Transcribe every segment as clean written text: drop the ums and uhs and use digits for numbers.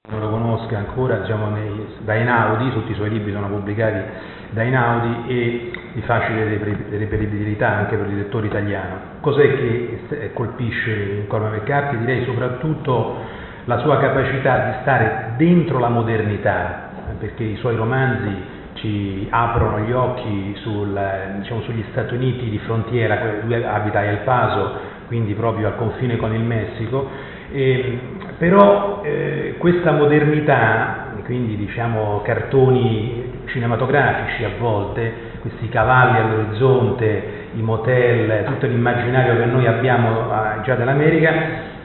non lo conosca ancora, diciamo, da Einaudi, tutti i suoi libri sono pubblicati da Einaudi e di facile reperibilità anche per il lettore italiano. Cos'è che colpisce in Cormac McCarthy? Direi soprattutto la sua capacità di stare dentro la modernità, perché i suoi romanzi ci aprono gli occhi sugli Stati Uniti di frontiera. Lui abita a El Paso, quindi proprio al confine con il Messico, però questa modernità, quindi diciamo cartoni cinematografici a volte, questi cavalli all'orizzonte, i motel, tutto l'immaginario che noi abbiamo già dell'America,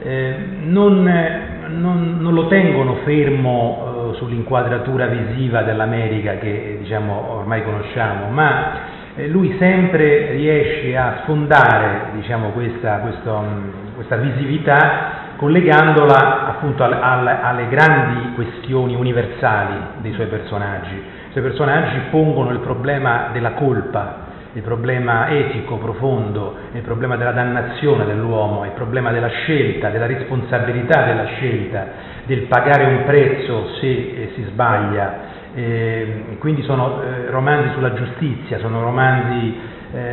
non lo tengono fermo sull'inquadratura visiva dell'America che diciamo ormai conosciamo, ma lui sempre riesce a sfondare diciamo questa visività collegandola appunto alle grandi questioni universali dei suoi personaggi. I suoi personaggi pongono il problema della colpa, il problema etico profondo, il problema della dannazione dell'uomo, il problema della scelta, della responsabilità della scelta, del pagare un prezzo se si sbaglia. Quindi sono romanzi sulla giustizia, sono romanzi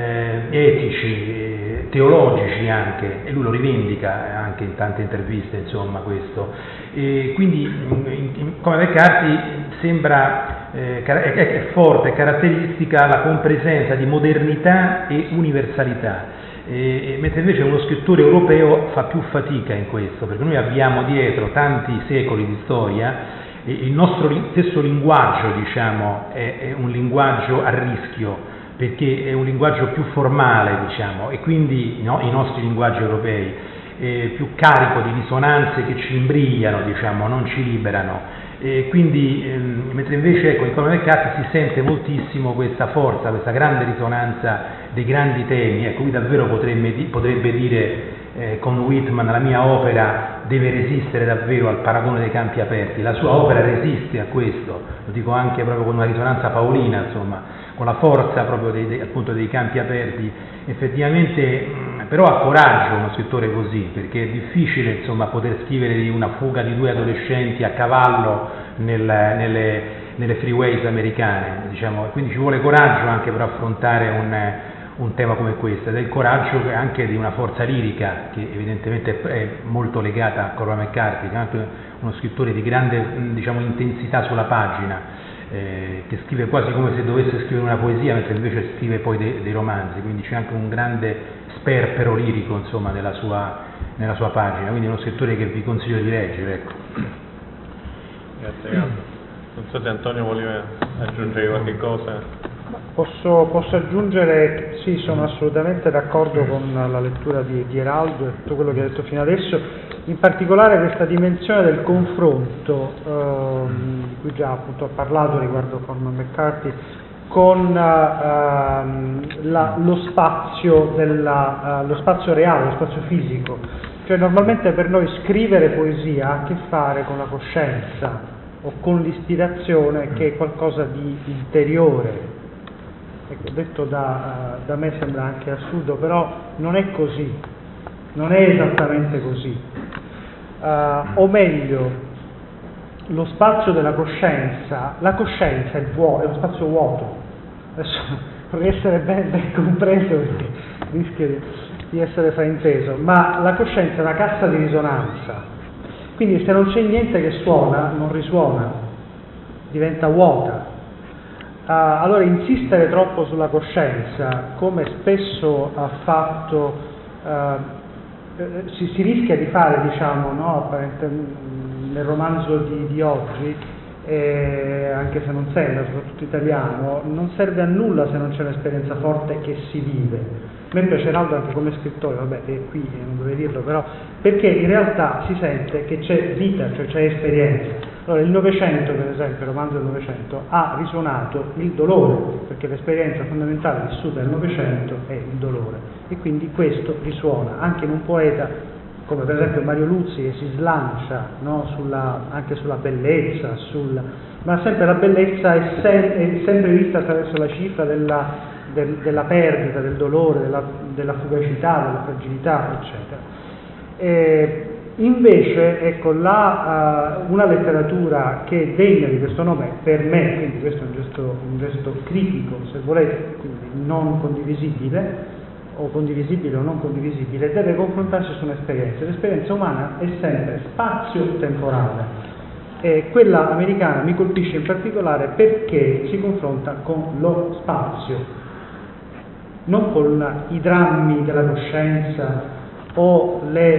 etici, teologici anche, e lui lo rivendica anche in tante interviste, insomma, questo. Quindi come McCarthy sembra è forte, è caratteristica la compresenza di modernità e universalità, mentre invece uno scrittore europeo fa più fatica in questo, perché noi abbiamo dietro tanti secoli di storia. Il nostro stesso linguaggio, diciamo, è un linguaggio a rischio, perché è un linguaggio più formale, diciamo, e quindi i nostri linguaggi europei più carico di risonanze che ci imbrigliano, diciamo, non ci liberano. Quindi, mentre invece ecco, in Cormac McCarthy si sente moltissimo questa forza, questa grande risonanza dei grandi temi. Ecco, lui davvero potrebbe dire con Whitman: la mia opera deve resistere davvero al paragone dei campi aperti. La sua opera resiste a questo, lo dico anche proprio con una risonanza paolina, insomma, con la forza proprio appunto dei campi aperti. Effettivamente però ha coraggio uno scrittore così, perché è difficile, insomma, poter scrivere di una fuga di due adolescenti a cavallo nelle freeways americane, diciamo, quindi ci vuole coraggio anche per affrontare un tema come questo, ed è il coraggio anche di una forza lirica che evidentemente è molto legata a Cormac McCarthy, che è anche uno scrittore di grande, diciamo, intensità sulla pagina, che scrive quasi come se dovesse scrivere una poesia, mentre invece scrive poi dei romanzi, quindi c'è anche un grande sperpero lirico, insomma, nella sua pagina, quindi è uno scrittore che vi consiglio di leggere, ecco. Grazie. Non so se Antonio voleva aggiungere qualche cosa. Posso aggiungere, sì, sono assolutamente d'accordo con la lettura di Eraldo e tutto quello che ha detto fino adesso, in particolare questa dimensione del confronto di cui già appunto ha parlato riguardo Cormac McCarthy con lo spazio reale, lo spazio fisico. Cioè normalmente per noi scrivere poesia ha a che fare con la coscienza o con l'ispirazione, che è qualcosa di interiore. Ecco, detto da me sembra anche assurdo, però non è così, non è esattamente così. O meglio, lo spazio della coscienza, la coscienza è uno spazio vuoto. Adesso vorrei essere ben compreso, perché rischia di essere frainteso, ma la coscienza è una cassa di risonanza, quindi se non c'è niente che suona, non risuona, diventa vuota. Allora insistere troppo sulla coscienza, come spesso ha fatto, si rischia di fare, diciamo, no, nel romanzo di oggi, anche se non sembra, soprattutto italiano, non serve a nulla se non c'è un'esperienza forte che si vive. A me piace Eraldo anche come scrittore, vabbè, è qui non dovrei dirlo, però, perché in realtà si sente che c'è vita, cioè c'è esperienza. Allora, il Novecento, per esempio, il romanzo del Novecento, ha risuonato il dolore, perché l'esperienza fondamentale vissuta nel Novecento è il dolore, e quindi questo risuona anche in un poeta come per esempio Mario Luzzi, che si slancia, no, anche sulla bellezza, ma sempre la bellezza è sempre vista attraverso la cifra della perdita, del dolore, della fugacità, della fragilità, eccetera. Invece, ecco, una letteratura che è degna di questo nome, per me, quindi questo è un gesto critico, se volete, quindi non condivisibile, o condivisibile o non condivisibile, deve confrontarsi su un'esperienza. L'esperienza umana è sempre spazio-temporale. E quella americana mi colpisce in particolare perché si confronta con lo spazio, non con i drammi della coscienza o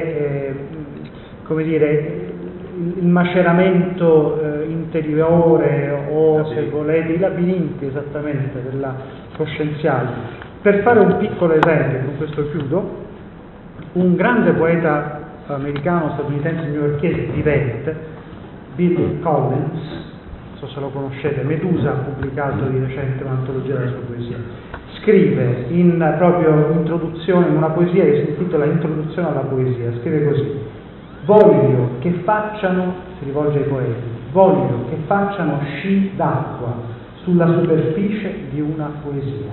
il maceramento interiore o, se volete, i labirinti esattamente della coscienziale. Per fare un piccolo esempio, con questo chiudo, un grande poeta americano, statunitense, newyorkese vivente, Bill Collins, non so se lo conoscete, Medusa ha pubblicato di recente un'antologia della sua poesia, scrive in proprio introduzione, in una poesia che si intitola Introduzione alla poesia, scrive così: voglio che facciano, si rivolge ai poeti, voglio che facciano sci d'acqua sulla superficie di una poesia.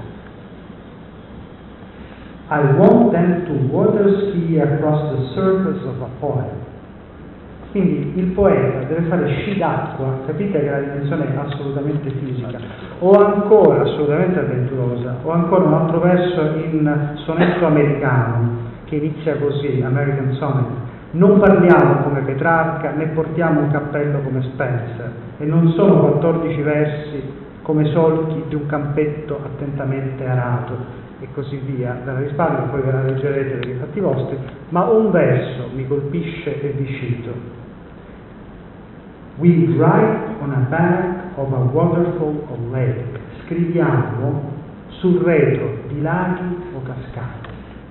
I want them to water ski across the surface of a poem. Quindi il poeta deve fare sci d'acqua, capite che la dimensione è assolutamente fisica, o ancora assolutamente avventurosa, o ancora un altro verso in sonetto americano che inizia così, American Sonnet: non parliamo come Petrarca né portiamo un cappello come Spencer, e non sono 14 versi come solchi di un campetto attentamente arato, e così via. Ve la risparmio, poi ve la leggerete per i fatti vostri, ma un verso mi colpisce e vi cito: we write on a bank of a waterfall or lake. Scriviamo sul retro di laghi o cascate.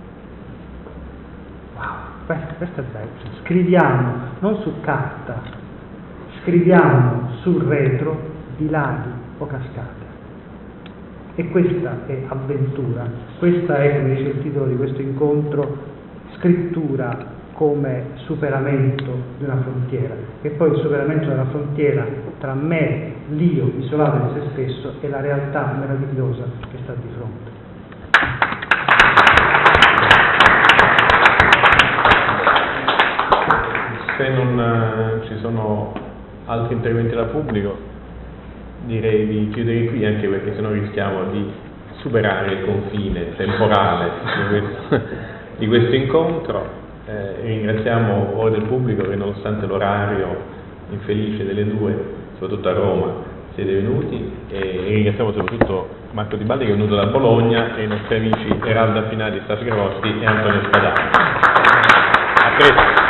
Wow, questo è bello. Scriviamo non su carta, scriviamo sul retro di laghi o cascate. E questa è avventura, questa è, come dice il titolo di questo incontro, scrittura come superamento di una frontiera, e poi il superamento della frontiera tra me, l'io isolato di se stesso, e la realtà meravigliosa che sta di fronte. Se non ci sono altri interventi dal pubblico, direi di chiudere qui, anche perché sennò rischiamo di superare il confine temporale di questo incontro. Ringraziamo voi del pubblico che, nonostante l'orario infelice delle 2, soprattutto a Roma, siete venuti, e ringraziamo soprattutto Marco Di Baldi, che è venuto da Bologna, e i nostri amici Eraldo Affinati, Stasio Grossi e Antonio Spadani. A presto.